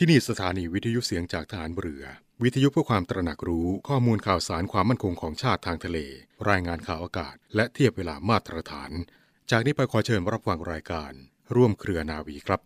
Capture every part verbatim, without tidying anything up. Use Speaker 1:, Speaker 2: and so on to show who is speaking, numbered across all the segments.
Speaker 1: ที่นี่สถานีวิทยุเสียงจากทหารเรือวิทยุเพื่อความตระหนักรู้ข้อมูลข่าวสารความมั่นคงของชาติทางทะเลรายงานข่าวอากาศและเทียบเวลามาตรฐานจากนี้ไปขอเชิญรับฟังรายการร่วมเครือนาวีครับ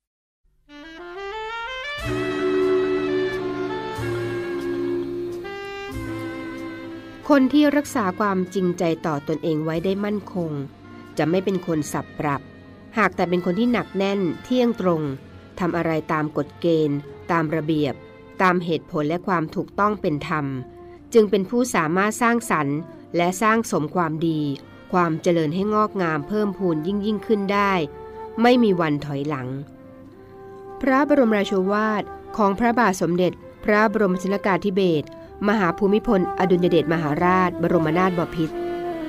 Speaker 2: คนที่รักษาความจริงใจต่อตนเองไว้ได้มั่นคงจะไม่เป็นคนสับปรับหากแต่เป็นคนที่หนักแน่นเที่ยงตรงทำอะไรตามกฎเกณฑ์ตามระเบียบตามเหตุผลและความถูกต้องเป็นธรรมจึงเป็นผู้สามารถสร้างสรรค์และสร้างสมความดีความเจริญให้งอกงามเพิ่มพูนยิ่งยิ่งขึ้นได้ไม่มีวันถอยหลังพระบรมราโชวาทของพระบาทสมเด็จพระบรมชนกาธิเบศรมหาภูมิพลอดุลยเดชมหาราชบรมนาถบพิตร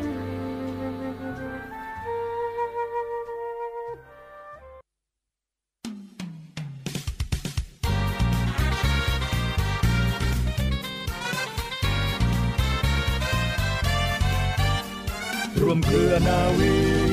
Speaker 3: รวมเครือนาวี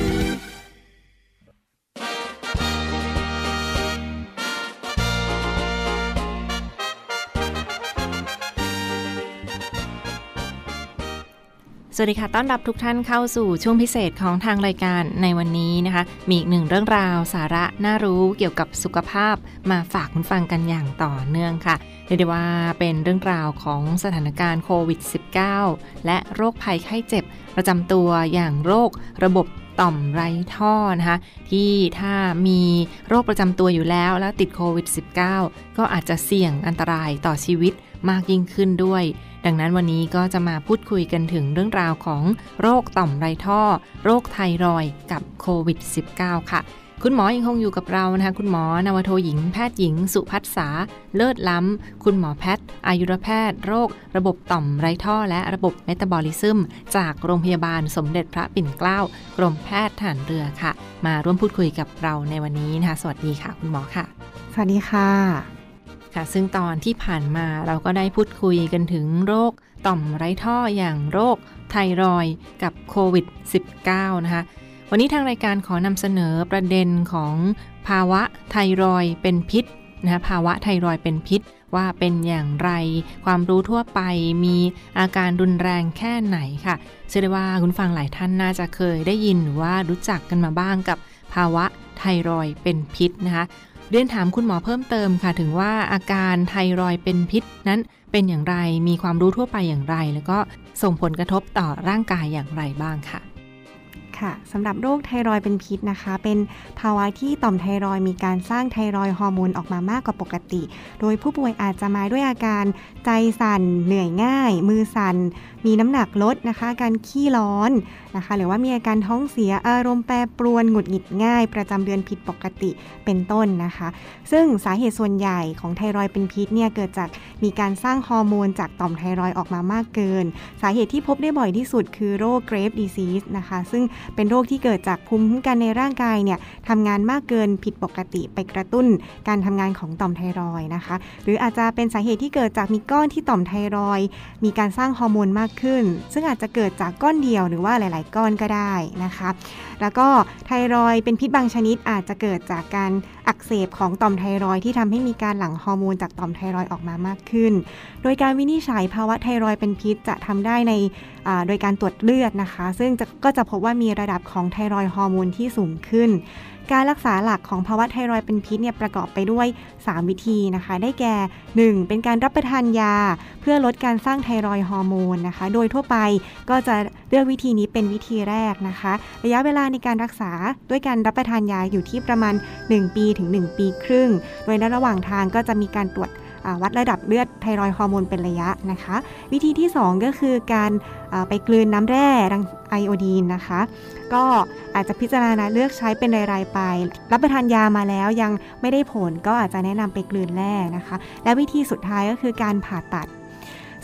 Speaker 4: สวัสดีค่ะต้อนรับทุกท่านเข้าสู่ช่วงพิเศษของทางรายการในวันนี้นะคะมีอีกหนึ่งเรื่องราวสาระน่ารู้เกี่ยวกับสุขภาพมาฝากคุณฟังกันอย่างต่อเนื่องค่ะเรียกได้ว่าเป็นเรื่องราวของสถานการณ์โควิด สิบเก้า และโรคภัยไข้เจ็บประจำตัวอย่างโรคระบบต่อมไร้ท่อนะคะที่ถ้ามีโรคประจำตัวอยู่แล้วแล้วติดโควิด สิบเก้า ก็อาจจะเสี่ยงอันตรายต่อชีวิตมากยิ่งขึ้นด้วยดังนั้นวันนี้ก็จะมาพูดคุยกันถึงเรื่องราวของโรคต่อมไร้ท่อโรคไทรอยด์กับโควิด สิบเก้า ค่ะคุณหมอยังคงอยู่กับเรานะคะคุณหมอนวโทหญิงแพทย์หญิงสุภัสสาเลิศล้ำคุณหมอแพทย์อายุรแพทย์โรคระบบต่อมไร้ท่อและระบบเมตาบอลิซึมจากโรงพยาบาลสมเด็จพระปิ่นเกล้ากรมแพทย์ทหารเรือค่ะมาร่วมพูดคุยกับเราในวันนี้นะคะสวัสดีค่ะคุณหมอค่ะ
Speaker 5: สวัสดีค่ะ
Speaker 4: ค่ะซึ่งตอนที่ผ่านมาเราก็ได้พูดคุยกันถึงโรคต่อมไร้ท่ออย่างโรคไทรอยด์กับโควิด สิบเก้า นะคะวันนี้ทางรายการขอนำเสนอประเด็นของภาวะไทรอยด์เป็นพิษนะคะภาวะไทรอยด์เป็นพิษว่าเป็นอย่างไรความรู้ทั่วไปมีอาการรุนแรงแค่ไหนค่ะเชื่อได้ว่าคุณฟังหลายท่านน่าจะเคยได้ยินหรือว่ารู้จักกันมาบ้างกับภาวะไทรอยด์เป็นพิษนะคะเรียนถามคุณหมอเพิ่มเติมค่ะถึงว่าอาการไทรอยด์เป็นพิษนั้นเป็นอย่างไรมีความรู้ทั่วไปอย่างไรแล้วก็ส่งผลกระทบต่อร่างกายอย่างไรบ้างค่ะ
Speaker 5: ค่ะสำหรับโรคไทรอยด์เป็นพิษนะคะเป็นภาวะที่ต่อมไทรอยด์มีการสร้างไทรอยด์ฮอร์โมนออกมามากกว่าปกติโดยผู้ป่วยอาจจะมาด้วยอาการใจสั่นเหนื่อยง่ายมือสั่นมีน้ำหนักลดนะคะการขี้ร้อนนะคะหรือว่ามีอาการท้องเสียอารมณ์แปรปรวนหงุดหงิดง่ายประจำเดือนผิดปกติเป็นต้นนะคะซึ่งสาเหตุส่วนใหญ่ของไทรอยด์เป็นพิษเนี่ยเกิดจากมีการสร้างฮอร์โมนจากต่อมไทรอยด์ออกมามากเกินสาเหตุที่พบได้บ่อยที่สุดคือโรค Graves' disease นะคะซึ่งเป็นโรคที่เกิดจากภูมิคุ้มกันในร่างกายเนี่ยทำงานมากเกินผิดปกติไปกระตุ้นการทำงานของต่อมไทรอยด์นะคะหรืออาจจะเป็นสาเหตุที่เกิดจากมีก้อนที่ต่อมไทรอยด์มีการสร้างฮอร์โมนมากขึ้นซึ่งอาจจะเกิดจากก้อนเดียวหรือว่าหลายๆก้อนก็ได้นะคะแล้วก็ไทรอยด์เป็นพิษบางชนิดอาจจะเกิดจากการอักเสบของต่อมไทรอยด์ที่ทำให้มีการหลั่งฮอร์โมนจากต่อมไทรอยด์ออกมามากขึ้นโดยการวินิจฉัยภาวะไทรอยด์เป็นพิษจะทำได้ในโดยการตรวจเลือดนะคะซึ่งจะก็จะพบว่ามีระดับของไทรอยด์ฮอร์โมนที่สูงขึ้นการรักษาหลักของภาวะไทรอยด์เป็นพิษเนี่ยประกอบไปด้วยสามวิธีนะคะได้แก่หนึ่งเป็นการรับประทานยาเพื่อลดการสร้างไทรอยด์ฮอร์โมนนะคะโดยทั่วไปก็จะเลือกวิธีนี้เป็นวิธีแรกนะคะระยะเวลาในการรักษาด้วยการรับประทานยาอยู่ที่ประมาณหนึ่งปีถึงหนึ่งปีครึ่งโดยในระหว่างทางก็จะมีการตรวจวัดระดับเลือดไทรอยด์ฮอร์โมนเป็นระยะนะคะวิธีที่สองก็คือการไปกลืนน้ำแร่ไอโอดีนนะคะก็อาจจะพิจารณาเลือกใช้เป็นรายๆไปรับประทานยามาแล้วยังไม่ได้ผลก็อาจจะแนะนำไปกลืนแร่นะคะและวิธีสุดท้ายก็คือการผ่าตัด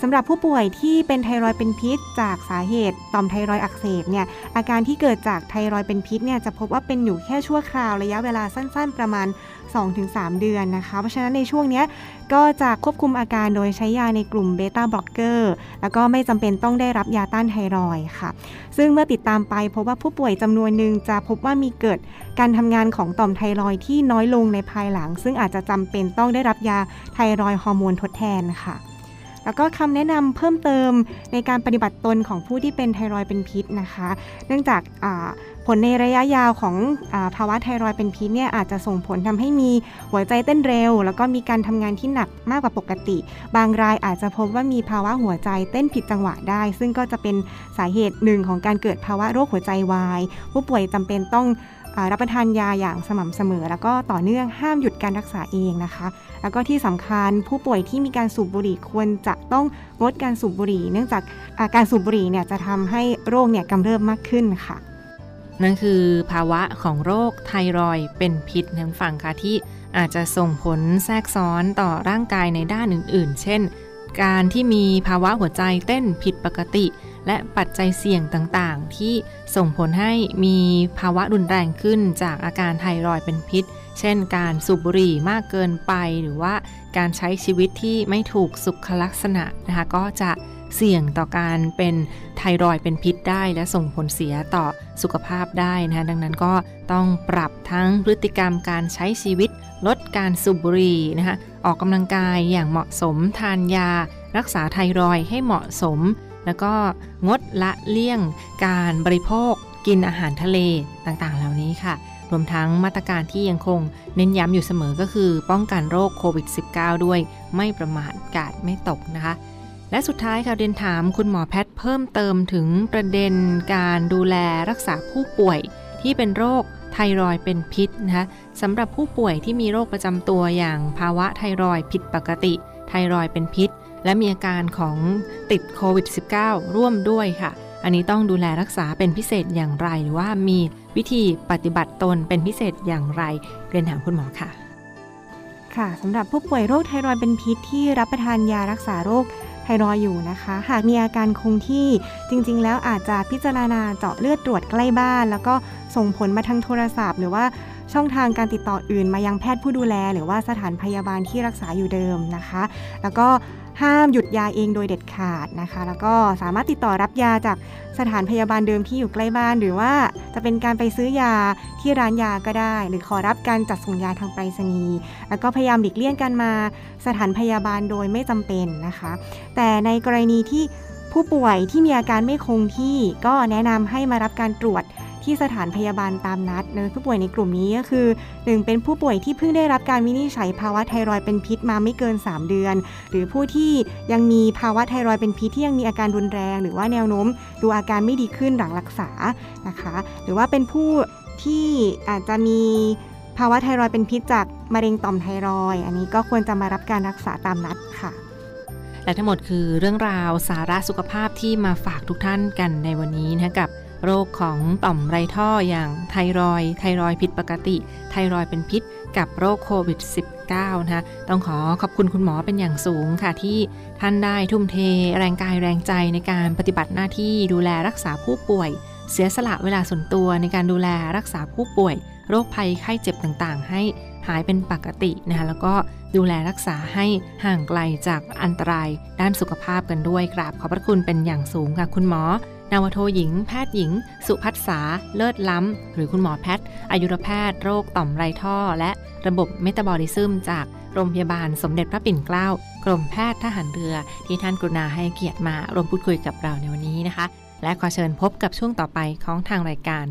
Speaker 5: สำหรับผู้ป่วยที่เป็นไทรอยด์เป็นพิษจากสาเหตุต่อมไทรอยด์อักเสบเนี่ยอาการที่เกิดจากไทรอยด์เป็นพิษเนี่ยจะพบว่าเป็นอยู่แค่ชั่วคราวระยะเวลาสั้นๆประมาณ สองถึงสาม เดือนนะคะเพราะฉะนั้นในช่วงนี้ก็จะควบคุมอาการโดยใช้ยาในกลุ่มเบต้าบล็อกเกอร์แล้วก็ไม่จำเป็นต้องได้รับยาต้านไทรอยด์ค่ะซึ่งเมื่อติดตามไปพบว่าผู้ป่วยจำนวนหนึ่งจะพบว่ามีเกิดการทำงานของต่อมไทรอยด์ที่น้อยลงในภายหลังซึ่งอาจจะจำเป็นต้องได้รับยาไทรอยด์ฮอร์โมนทดแทนค่ะแล้วก็คำแนะนำเพิ่มเติมในการปฏิบัติตนของผู้ที่เป็นไทรอยด์เป็นพิษนะคะเนื่องจากผลในระยะยาวของภาวะไทรอยด์เป็นพิษเนี่ยอาจจะส่งผลทำให้มีหัวใจเต้นเร็วแล้วก็มีการทำงานที่หนักมากกว่าปกติบางรายอาจจะพบว่ามีภาวะหัวใจเต้นผิดจังหวะได้ซึ่งก็จะเป็นสาเหตุหนึ่งของการเกิดภาวะโรคหัวใจวายผู้ป่วยจำเป็นต้องรับประทานยาอย่างสม่ำเสมอแล้วก็ต่อเนื่องห้ามหยุดการรักษาเองนะคะแล้วก็ที่สำคัญผู้ป่วยที่มีการสูบบุหรี่ควรจะต้องงดการสูบบุหรี่เนื่องจากการสูบบุหรี่เนี่ยจะทำให้โรคเนี่ยกำเริบมากขึ้นค่ะ
Speaker 4: นั่นคือภาวะของโรคไทรอยด์เป็นพิษทั้งฝั่งค่ะที่อาจจะส่งผลแทรกซ้อนต่อร่างกายในด้านอื่นๆเช่นการที่มีภาวะหัวใจเต้นผิดปกติและปัจจัยเสี่ยงต่างๆที่ส่งผลให้มีภาวะรุนแรงขึ้นจากอาการไทรอยด์เป็นพิษเช่นการสูบบุหรี่มากเกินไปหรือว่าการใช้ชีวิตที่ไม่ถูกสุขลักษณะนะคะก็จะเสี่ยงต่อการเป็นไทรอยด์เป็นพิษได้และส่งผลเสียต่อสุขภาพได้นะคะดังนั้นก็ต้องปรับทั้งพฤติกรรมการใช้ชีวิตลดการสูบบุหรี่นะคะออกกำลังกายอย่างเหมาะสมทานยารักษาไทรอยด์ให้เหมาะสมแล้วก็งดละเลี่ยงการบริโภคกินอาหารทะเลต่างๆเหล่านี้ค่ะรวมทั้งมาตรการที่ยังคงเน้นย้ำอยู่เสมอก็คือป้องกันโรคโควิด สิบเก้า ด้วยไม่ประมาทกาดไม่ตกนะคะและสุดท้ายค่ะเรียนถามคุณหมอแพทย์เพิ่มเติมถึงประเด็นการดูแลรักษาผู้ป่วยที่เป็นโรคไทรอยด์เป็นพิษนะคะสำหรับผู้ป่วยที่มีโรคประจำตัวอย่างภาวะไทรอยด์ผิดปกติไทรอยด์เป็นพิษและมีอาการของติดโควิด สิบเก้า ร่วมด้วยค่ะอันนี้ต้องดูแลรักษาเป็นพิเศษอย่างไรหรือว่ามีวิธีปฏิบัติตนเป็นพิเศษอย่างไรเรียนถามคุณหมอค่ะ
Speaker 5: ค่ะสำหรับผู้ป่วยโรคไทรอยด์เป็นพิษที่รับประทานยารักษาโรคไทรอยด์อยู่นะคะหากมีอาการคงที่จริงๆแล้วอาจจะพิจารณาเจาะเลือดตรวจใกล้บ้านแล้วก็ส่งผลมาทางโทรศัพท์หรือว่าช่องทางการติดต่ออื่นมายังแพทย์ผู้ดูแลหรือว่าสถานพยาบาลที่รักษาอยู่เดิมนะคะแล้วก็ห้ามหยุดยาเองโดยเด็ดขาดนะคะแล้วก็สามารถติดต่อรับยาจากสถานพยาบาลเดิมที่อยู่ใกล้บ้านหรือว่าจะเป็นการไปซื้อยาที่ร้านยาก็ได้หรือขอรับการจัดส่งยาทางไปรษณีย์แล้วก็พยายามหลีกเลี่ยงการมาสถานพยาบาลโดยไม่จำเป็นนะคะแต่ในกรณีที่ผู้ป่วยที่มีอาการไม่คงที่ก็แนะนำให้มารับการตรวจที่สถานพยาบาลตามนัดโดยผู้ป่วยในกลุ่มนี้ก็คือหนึ่งเป็นผู้ป่วยที่เพิ่งได้รับการวินิจฉัยภาวะไทรอยด์เป็นพิษมาไม่เกินสามเดือนหรือผู้ที่ยังมีภาวะไทรอยด์เป็นพิษที่ยังมีอาการรุนแรงหรือว่าแนวโน้มดูอาการไม่ดีขึ้นหลังรักษานะคะหรือว่าเป็นผู้ที่อาจจะมีภาวะไทรอยด์เป็นพิษจากมะเร็งต่อมไทรอยด์อันนี้ก็ควรจะมารับการรักษาตามนัดค่ะ
Speaker 4: และทั้งหมดคือเรื่องราวสาระสุขภาพที่มาฝากทุกท่านกันในวันนี้นะกับโรคของต่อมไรท่ออย่างไทรอยด์ไทรอยด์ผิดปกติไทรอยด์เป็นพิษกับโรคโควิด สิบเก้า นะคะต้องขอขอบคุณคุณหมอเป็นอย่างสูงค่ะที่ท่านได้ทุ่มเทแรงกายแรงใจในการปฏิบัติหน้าที่ดูแลรักษาผู้ป่วยเสียสละเวลาส่วนตัวในการดูแลรักษาผู้ป่วยโรคภัยไข้เจ็บต่างๆให้หายเป็นปกตินะคะแล้วก็ดูแลรักษาให้ห่างไกลจากอันตรายด้านสุขภาพกันด้วยกราบขอบพระคุณเป็นอย่างสูงค่ะคุณหมอนาวโทหญิงแพทย์หญิงสุภัสสาเลิศล้ำหรือคุณหมอแพทย์อายุรแพทย์โรคต่อมไรท่อและระบบเมตาบอลิซึมจากโรงพยาบาลสมเด็จพระปิ่นเกล้ากรมแพทย์ทหารเรือที่ท่านกรุณาให้เกียรติมาร่วมพูดคุยกับเราในวันนี้นะคะและขอเชิญพบกับช่วงต่อไปของทางรายการ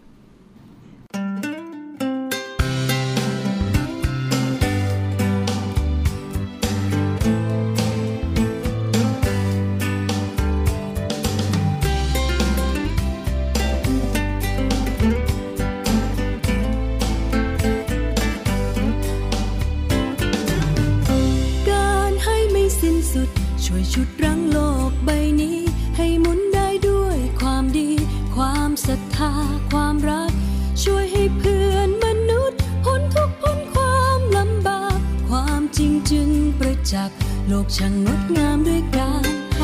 Speaker 3: ช่วยชุดรั้งโลกใบนี้ให้หมุนได้ด้วยความดีความศรัทธาความรักช่วยให้เพื่อนมนุษย์พ้นทุกข์พ้นความลำบากความจริงจึงประจักษ์โลกช่างงดงามด้วยการ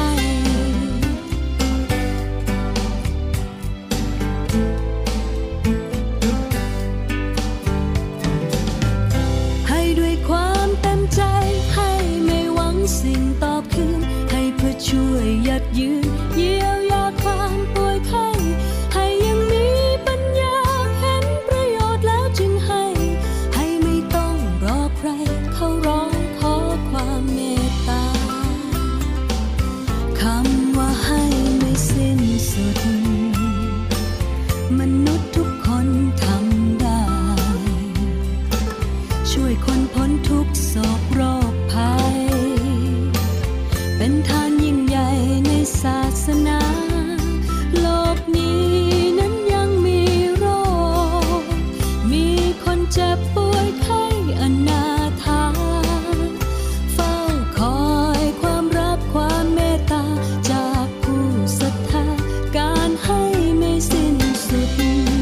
Speaker 3: ยัดยืนเยียวยาความป่วยไข้ให้ยังมีปัญญาเห็นประโยชน์แล้วจึงให้ให้ไม่ต้องรอใครเขาร้องขอความเมตตาคำว่าให้ไม่สิ้นสุดมนุษย์ทุกคนทำได้ช่วยคนพ้นทุกโศกโรคภัยเป็นทานยิ่งใหญ่ในศาสนาโลกนี้นั้นยังมีโรคมีคนเจ็บป่วยไข้อนาถาเฝ้าคอยความรักความเมตตาจากผู้ศรัทธาการให้ไม่สิ้นสุด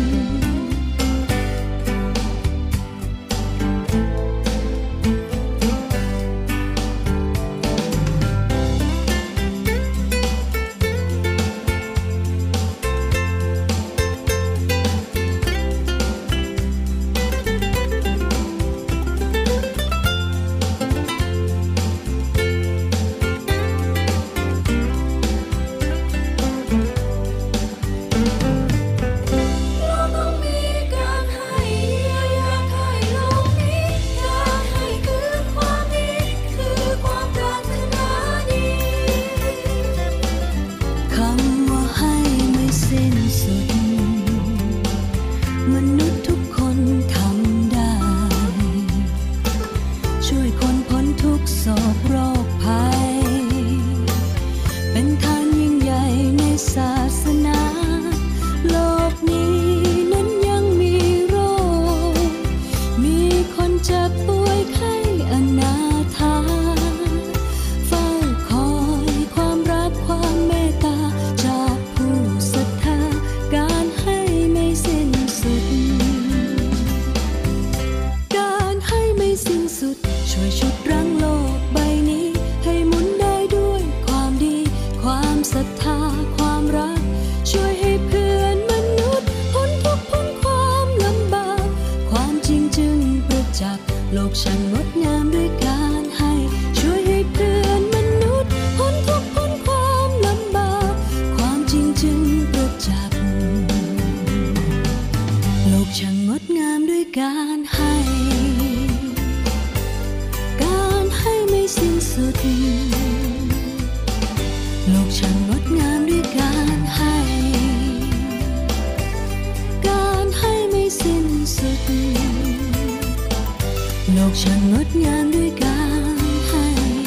Speaker 3: โลกช่างงดงามด้วยการให้ช่วยให้เพื่อนมนุษย์พ้นทุกข์พ้นความลำบากความจริงจึงประจักษ์โลกช่างงดงามด้วยการให้การให้ไม่สิ้นสุดโลกช่างงดงามด้วยการให้การให้ไม่สิ้นสุดโลกช่างงดงามด้วยการให้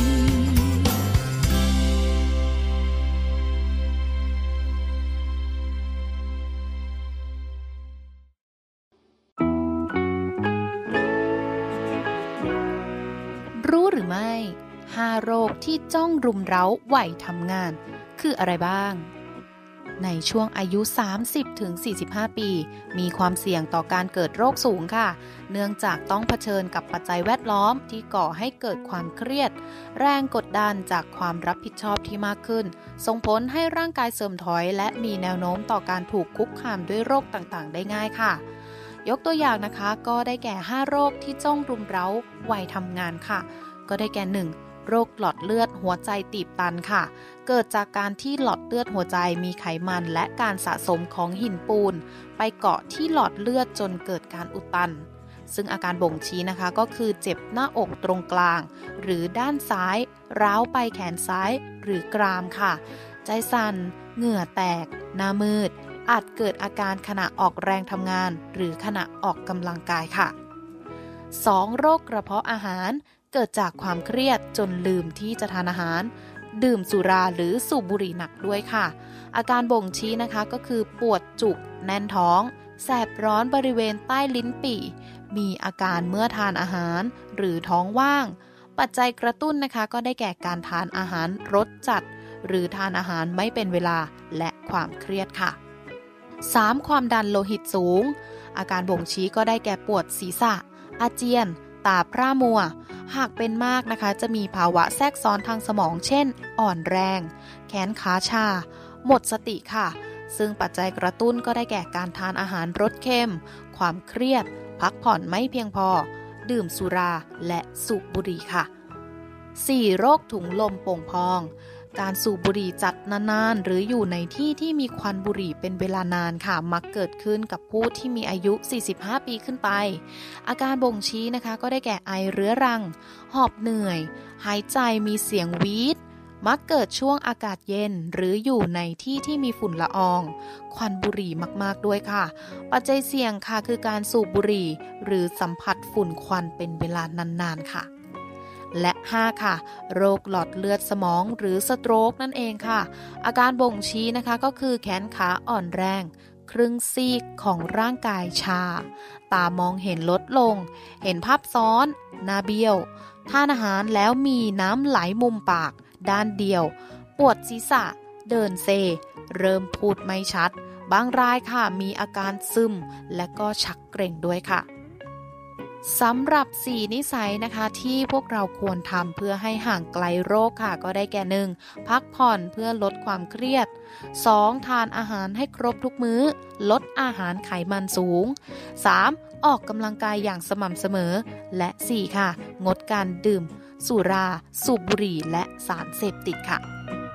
Speaker 6: รู้หรือไม่ห้าโรคที่จ้องรุมเร้าวัยทำงานคืออะไรบ้างในช่วงอายุ สามสิบถึงสี่สิบห้า ปีมีความเสี่ยงต่อการเกิดโรคสูงค่ะเนื่องจากต้องเผชิญกับปัจจัยแวดล้อมที่ก่อให้เกิดความเครียดแรงกดดันจากความรับผิดชอบที่มากขึ้นส่งผลให้ร่างกายเสื่อมถอยและมีแนวโน้มต่อการถูกคุกคามด้วยโรคต่างๆได้ง่ายค่ะยกตัวอย่างนะคะก็ได้แก่ห้าโรคที่จ้องรุมเร้าวัยทำงานค่ะก็ได้แก่หนึ่งโรคหลอดเลือดหัวใจตีบตันค่ะเกิดจากการที่หลอดเลือดหัวใจมีไขมันและการสะสมของหินปูนไปเกาะที่หลอดเลือดจนเกิดการอุดตันซึ่งอาการบ่งชี้นะคะก็คือเจ็บหน้าอกตรงกลางหรือด้านซ้ายร้าวไปแขนซ้ายหรือกรามค่ะใจสั่นเหงื่อแตกหน้ามืดอาจเกิดอาการขณะออกแรงทำงานหรือขณะออกกำลังกายค่ะ สอง โรคกระเพาะอาหารเกิดจากความเครียดจนลืมที่จะทานอาหารดื่มสุราหรือสูบบุหรี่หนักด้วยค่ะอาการบ่งชี้นะคะก็คือปวดจุกแน่นท้องแสบร้อนบริเวณใต้ลิ้นปี่มีอาการเมื่อทานอาหารหรือท้องว่างปัจจัยกระตุ้นนะคะก็ได้แก่การทานอาหารรสจัดหรือทานอาหารไม่เป็นเวลาและความเครียดค่ะ สาม ความดันโลหิตสูงอาการบ่งชี้ก็ได้แก่ปวดศีรษะอาเจียนตาพร่ามัวหากเป็นมากนะคะจะมีภาวะแทรกซ้อนทางสมองเช่นอ่อนแรงแขนขาชาหมดสติค่ะซึ่งปัจจัยกระตุ้นก็ได้แก่การทานอาหารรสเค็มความเครียดพักผ่อนไม่เพียงพอดื่มสุราและสูบบุหรี่ค่ะ สี่ โรคถุงลมโป่งพองการสูบบุหรี่จัดนานๆหรืออยู่ในที่ที่มีควันบุหรี่เป็นเวลานานค่ะมักเกิดขึ้นกับผู้ที่มีอายุสี่สิบห้าปีขึ้นไปอาการบ่งชี้นะคะก็ได้แก่ไอเรื้อรังหอบเหนื่อยหายใจมีเสียงวีดมักเกิดช่วงอากาศเย็นหรืออยู่ในที่ที่มีฝุ่นละอองควันบุหรี่มากๆด้วยค่ะปัจจัยเสี่ยงค่ะคือการสูบบุหรี่หรือสัมผัสฝุ่นควันเป็นเวลานานๆค่ะและห้าค่ะโรคหลอดเลือดสมองหรือสโตรกนั่นเองค่ะอาการบ่งชี้นะคะก็คือแขนขาอ่อนแรงครึ่งซีกของร่างกายชาตามองเห็นลดลงเห็นภาพซ้อนหน้าเบี้ยวทานอาหารแล้วมีน้ำไหลมุมปากด้านเดียวปวดศีรษะเดินเซเริ่มพูดไม่ชัดบางรายค่ะมีอาการซึมและก็ชักเกร็งด้วยค่ะสำหรับสี่นิสัยนะคะที่พวกเราควรทำเพื่อให้ห่างไกลโรคค่ะก็ได้แก่หนึ่งพักผ่อนเพื่อลดความเครียดสองทานอาหารให้ครบทุกมื้อลดอาหารไขมันสูงสามออกกำลังกายอย่างสม่ำเสมอและสี่ค่ะงดการดื่มสุราสูบบุหรี่และสารเสพติดค่ะ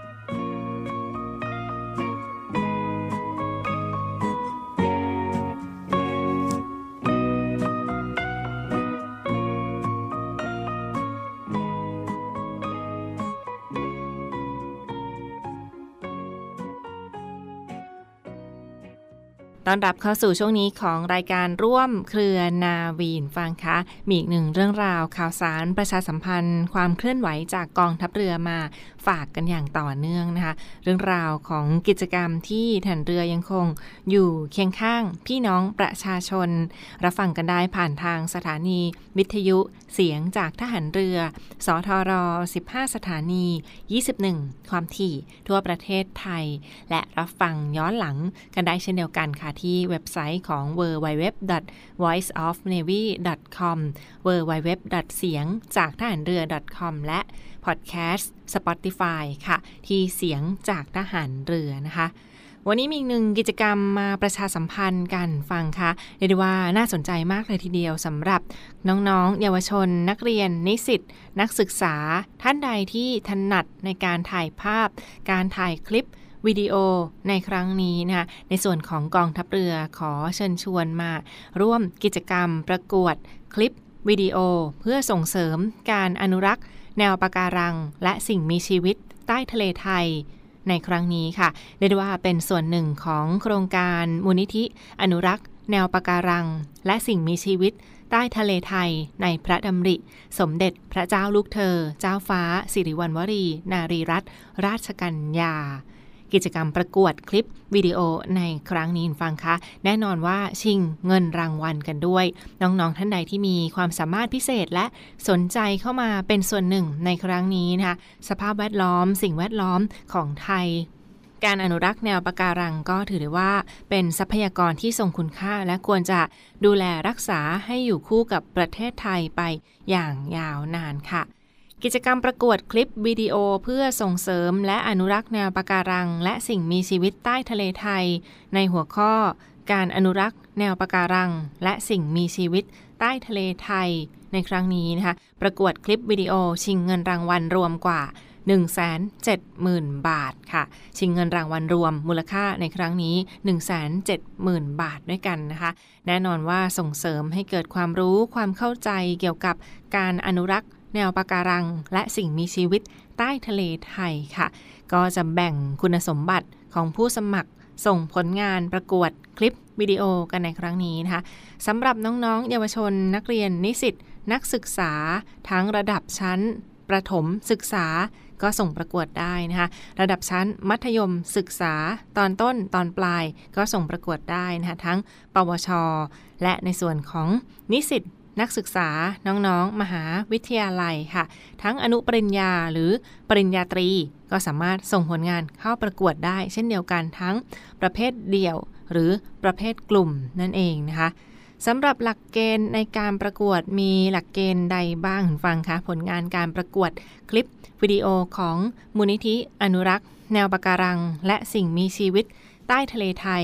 Speaker 4: ต้อนรับเข้าสู่ช่วงนี้ของรายการร่วมเครือนาวีนฟังคะมีอีกหนึ่งเรื่องราวข่าวสารประชาสัมพันธ์ความเคลื่อนไหวจากกองทัพเรือมาฝากกันอย่างต่อเนื่องนะคะเรื่องราวของกิจกรรมที่ทหารเรือยังคงอยู่เคียงข้างพี่น้องประชาชนรับฟังกันได้ผ่านทางสถานีวิทยุเสียงจากทหารเรือสทรสิบห้าสถานียี่สิบเอ็ดความถี่ทั่วประเทศไทยและรับฟังย้อนหลังกันได้เช่นเดียวกันค่ะที่เว็บไซต์ของ ดับเบิลยู ดับเบิลยู ดับเบิลยู ดอท voice of navy ดอท คอม ดับเบิลยู ดับเบิลยู ดับเบิลยู ดอท เสียงจากทหารเรือ .com และพอดแคสต์ Spotify ค่ะที่เสียงจากทหารเรือนะคะวันนี้มีอีกหนึ่งกิจกรรมมาประชาสัมพันธ์กันฟังค่ะเรียกได้ว่าน่าสนใจมากเลยทีเดียวสำหรับน้องๆเยาวชนนักเรียนนิสิตนักศึกษาท่านใดที่ถนัดในการถ่ายภาพการถ่ายคลิปวิดีโอในครั้งนี้นะคะในส่วนของกองทัพเรือขอเชิญชวนมาร่วมกิจกรรมประกวดคลิปวิดีโอเพื่อส่งเสริมการอนุรักษ์แนวปะการังและสิ่งมีชีวิตใต้ทะเลไทยในครั้งนี้ค่ะเรียกได้ว่าเป็นส่วนหนึ่งของโครงการมูลนิธิอนุรักษ์แนวปะการังและสิ่งมีชีวิตใต้ทะเลไทยในพระดำริสมเด็จพระเจ้าลูกเธอเจ้าฟ้าสิริวัณวรีนารีรัตนราชกัญญากิจกรรมประกวดคลิปวิดีโอในครั้งนี้ฟังคะแน่นอนว่าชิงเงินรางวัลกันด้วยน้องๆท่านใดที่มีความสามารถพิเศษและสนใจเข้ามาเป็นส่วนหนึ่งในครั้งนี้นะคะสภาพแวดล้อมสิ่งแวดล้อมของไทยการอนุรักษ์แนวปะการังก็ถือได้ว่าเป็นทรัพยากรที่ทรงคุณค่าและควรจะดูแลรักษาให้อยู่คู่กับประเทศไทยไปอย่างยาวนานค่ะกิจกรรมประกวดคลิปวิดีโอเพื่อส่งเสริมและอนุรักษ์แนวปะการังและสิ่งมีชีวิตใต้ทะเลไทยในหัวข้อการอนุรักษ์แนวปะการังและสิ่งมีชีวิตใต้ทะเลไทยในครั้งนี้นะคะประกวดคลิปวิดีโอชิงเงินรางวัลรวมกว่า หนึ่งแสนเจ็ดหมื่น บาทค่ะชิงเงินรางวัลรวมมูลค่าในครั้งนี้ หนึ่งแสนเจ็ดหมื่น บาทด้วยกันนะคะแน่นอนว่าส่งเสริมให้เกิดความรู้ความเข้าใจเกี่ยวกับการอนุรักษ์แนวปะการังและสิ่งมีชีวิตใต้ทะเลไทยค่ะก็จะแบ่งคุณสมบัติของผู้สมัครส่งผลงานประกวดคลิปวิดีโอกันในครั้งนี้นะคะสำหรับน้องๆเยาวชนนักเรียนนิสิตนักศึกษาทั้งระดับชั้นประถมศึกษาก็ส่งประกวดได้นะคะระดับชั้นมัธยมศึกษาตอนต้นตอนปลายก็ส่งประกวดได้นะคะทั้งปวชและในส่วนของนิสิตนักศึกษาน้องๆมหาวิทยาลัยค่ะทั้งอนุปริญญาหรือปริญญาตรีก็สามารถส่งผลงานเข้าประกวดได้เช่นเดียวกันทั้งประเภทเดี่ยวหรือประเภทกลุ่มนั่นเองนะคะสำหรับหลักเกณฑ์ในการประกวดมีหลักเกณฑ์ใดบ้างฟังคะผลงานการประกวดคลิปวิดีโอของมูลนิธิอนุรักษ์แนวปะการังและสิ่งมีชีวิตใต้ทะเลไทย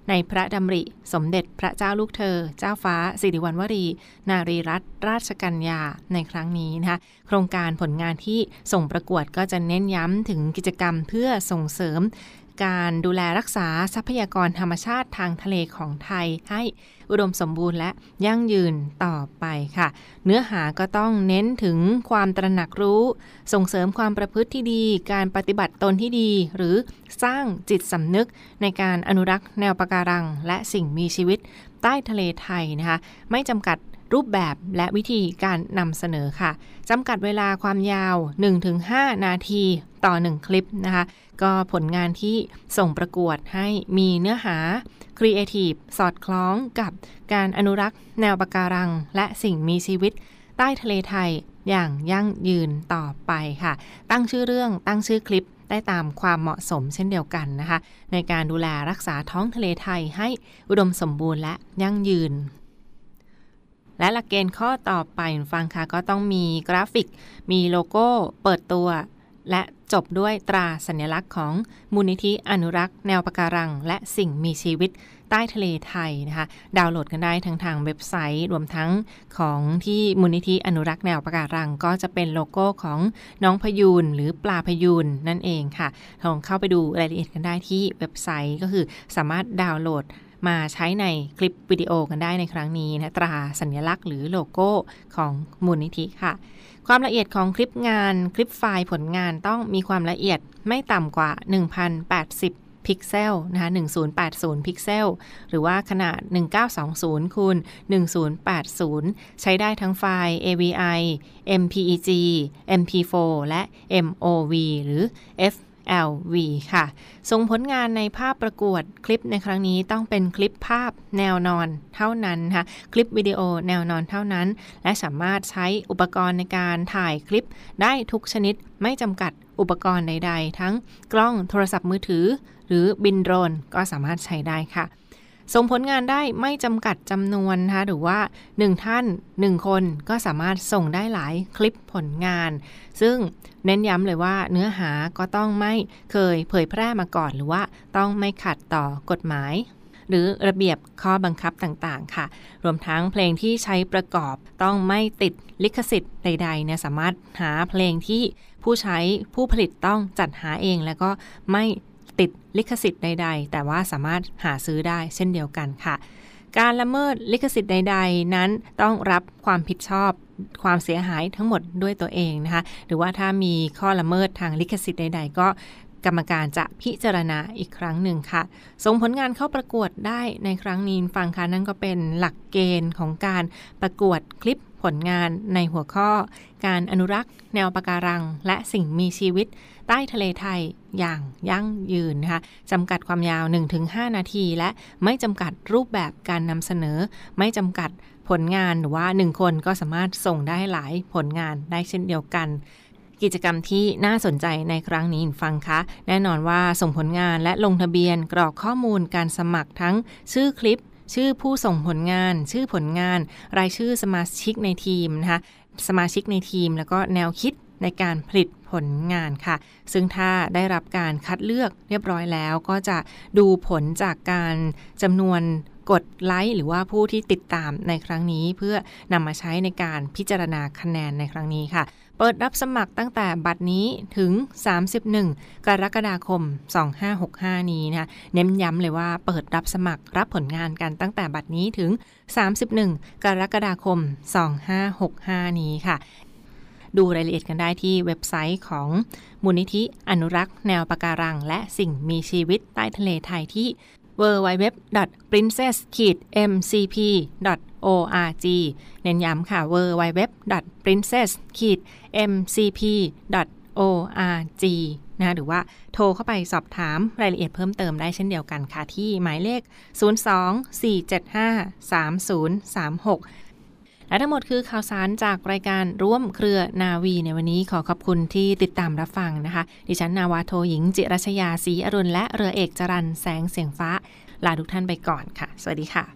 Speaker 4: ในพระดำริสมเด็จพระเจ้าลูกเธอเจ้าฟ้าสิริวัณวรีนารีรัตนราชกัญญาในครั้งนี้นะคะโครงการผลงานที่ส่งประกวดก็จะเน้นย้ำถึงกิจกรรมเพื่อส่งเสริมการดูแลรักษาทรัพยากรธรรมชาติทางทะเลของไทยให้อุดมสมบูรณ์และยั่งยืนต่อไปค่ะเนื้อหาก็ต้องเน้นถึงความตระหนักรู้ส่งเสริมความประพฤติที่ดีการปฏิบัติตนที่ดีหรือสร้างจิตสำนึกในการอนุรักษ์แนวปะการังและสิ่งมีชีวิตใต้ทะเลไทยนะคะไม่จำกัดรูปแบบและวิธีการนำเสนอค่ะจำกัดเวลาความยาว หนึ่งถึงห้า นาทีต่อหนึ่งคลิปนะคะก็ผลงานที่ส่งประกวดให้มีเนื้อหาครีเอทีฟสอดคล้องกับการอนุรักษ์แนวปะการังและสิ่งมีชีวิตใต้ทะเลไทยอย่างยั่งยืนต่อไปค่ะตั้งชื่อเรื่องตั้งชื่อคลิปได้ตามความเหมาะสมเช่นเดียวกันนะคะในการดูแลรักษาท้องทะเลไทยให้อุดมสมบูรณ์และยั่งยืนและหลักเกณฑ์ข้อต่อไปฟังค่ะก็ต้องมีกราฟิกมีโลโก้เปิดตัวและจบด้วยตราสัญลักษณ์ของมูลนิธิอนุรักษ์แนวปะการังและสิ่งมีชีวิตใต้ทะเลไทยนะคะดาวน์โหลดกันได้ทั้งทางเว็บไซต์รวมทั้งของที่มูลนิธิอนุรักษ์แนวปะการังก็จะเป็นโลโก้ของน้องพยูนหรือปลาพยูนนั่นเองค่ะลองเข้าไปดูรายละเอียดกันได้ที่เว็บไซต์ก็คือสามารถดาวน์โหลดมาใช้ในคลิปวิดีโอกันได้ในครั้งนี้นะตราสัญลักษณ์หรือโลโก้ของมูลนิธิค่ะความละเอียดของคลิปงานคลิปไฟล์ผลงานต้องมีความละเอียดไม่ต่ำกว่า หนึ่งพันแปดสิบ พิกเซลนะคะหนึ่งพันแปดสิบพิกเซลหรือว่าขนาดหนึ่งพันเก้าร้อยยี่สิบคูณหนึ่งพันแปดสิบใช้ได้ทั้งไฟล์ เอ วี ไอ เอ็ม พี อี จี เอ็ม พี โฟร์ และ เอ็ม โอ วี หรือ เอฟ แอล วี ค่ะส่งผลงานในภาพประกวดคลิปในครั้งนี้ต้องเป็นคลิปภาพแนวนอนเท่านั้นค่ะคลิปวิดีโอแนวนอนเท่านั้นและสามารถใช้อุปกรณ์ในการถ่ายคลิปได้ทุกชนิดไม่จำกัดอุปกรณ์ใดๆทั้งกล้องโทรศัพท์มือถือหรือบินโดรนก็สามารถใช้ได้ค่ะส่งผลงานได้ไม่จำกัดจำนวนนะคะหรือว่าหนึ่งท่านหนึ่งคนก็สามารถส่งได้หลายคลิปผลงานซึ่งเน้นย้ำเลยว่าเนื้อหาก็ต้องไม่เคยเผยแพร่มาก่อนหรือว่าต้องไม่ขัดต่อกฎหมายหรือระเบียบข้อบังคับต่างๆค่ะรวมทั้งเพลงที่ใช้ประกอบต้องไม่ติดลิขสิทธิ์ใดๆเนี่ยสามารถหาเพลงที่ผู้ใช้ผู้ผลิตต้องจัดหาเองแล้วก็ไม่ติดลิขสิทธิ์ใดๆแต่ว่าสามารถหาซื้อได้เช่นเดียวกันค่ะการละเมิดลิขสิทธิ์ใดๆนั้นต้องรับความผิดชอบความเสียหายทั้งหมดด้วยตัวเองนะคะหรือว่าถ้ามีข้อละเมิดทางลิขสิทธิ์ใดๆก็กรรมการจะพิจารณาอีกครั้งหนึ่งค่ะส่งผลงานเข้าประกวดได้ในครั้งนี้ฟังค่ะนั่นก็เป็นหลักเกณฑ์ของการประกวดคลิปผลงานในหัวข้อการอนุรักษ์แนวปะการังและสิ่งมีชีวิตใต้ทะเลไทยอย่างยั่งยืนนะคะจำกัดความยาว หนึ่งถึงห้า นาทีและไม่จำกัดรูปแบบการนำเสนอไม่จำกัดผลงานหรือว่าหนึ่งคนก็สามารถส่งได้หลายผลงานได้เช่นเดียวกันกิจกรรมที่น่าสนใจในครั้งนี้ฟังคะแน่นอนว่าส่งผลงานและลงทะเบียนกรอกข้อมูลการสมัครทั้งชื่อคลิปชื่อผู้ส่งผลงานชื่อผลงานรายชื่อสมาชิกในทีมนะคะสมาชิกในทีมแล้วก็แนวคิดในการผลิตผลงานค่ะซึ่งถ้าได้รับการคัดเลือกเรียบร้อยแล้วก็จะดูผลจากการจำนวนกดไลค์หรือว่าผู้ที่ติดตามในครั้งนี้เพื่อนำมาใช้ในการพิจารณาคะแนนในครั้งนี้ค่ะเปิดรับสมัครตั้งแต่บัดนี้ถึงสามสิบเอ็ดกรกฎาคมสองพันห้าร้อยหกสิบห้านี้นะคะเน้นย้ำเลยว่าเปิดรับสมัครรับผลงานกันตั้งแต่บัดนี้ถึงสามสิบเอ็ดกรกฎาคมสองพันห้าร้อยหกสิบห้านี้ค่ะดูรายละเอียดกันได้ที่เว็บไซต์ของมูลนิธิอนุรักษ์แนวปะการังและสิ่งมีชีวิตใต้ทะเลไทยที่ ดับเบิลยู ดับเบิลยู ดับเบิลยู ดอท พรินเซส เอ็ม ซี พี ดอท โอ อาร์ จี เน้นย้ำค่ะ ดับเบิลยู ดับเบิลยู ดับเบิลยู ดอท พรินเซส เอ็ม ซี พี ดอท โอ อาร์ จี นะหรือว่าโทรเข้าไปสอบถามรายละเอียดเพิ่มเติมได้เช่นเดียวกันค่ะที่หมายเลขศูนย์ สอง สี่ เจ็ด ห้า สาม ศูนย์ สาม หกและทั้งหมดคือข่าวสารจากรายการร่วมเครือนาวีในวันนี้ขอขอบคุณที่ติดตามรับฟังนะคะดิฉันนาวาโทหญิงจิรัชยาศรีอรุณและเรือเอกจรัญแสงเสียงฟ้าลาทุกท่านไปก่อนค่ะสวัสดีค่ะ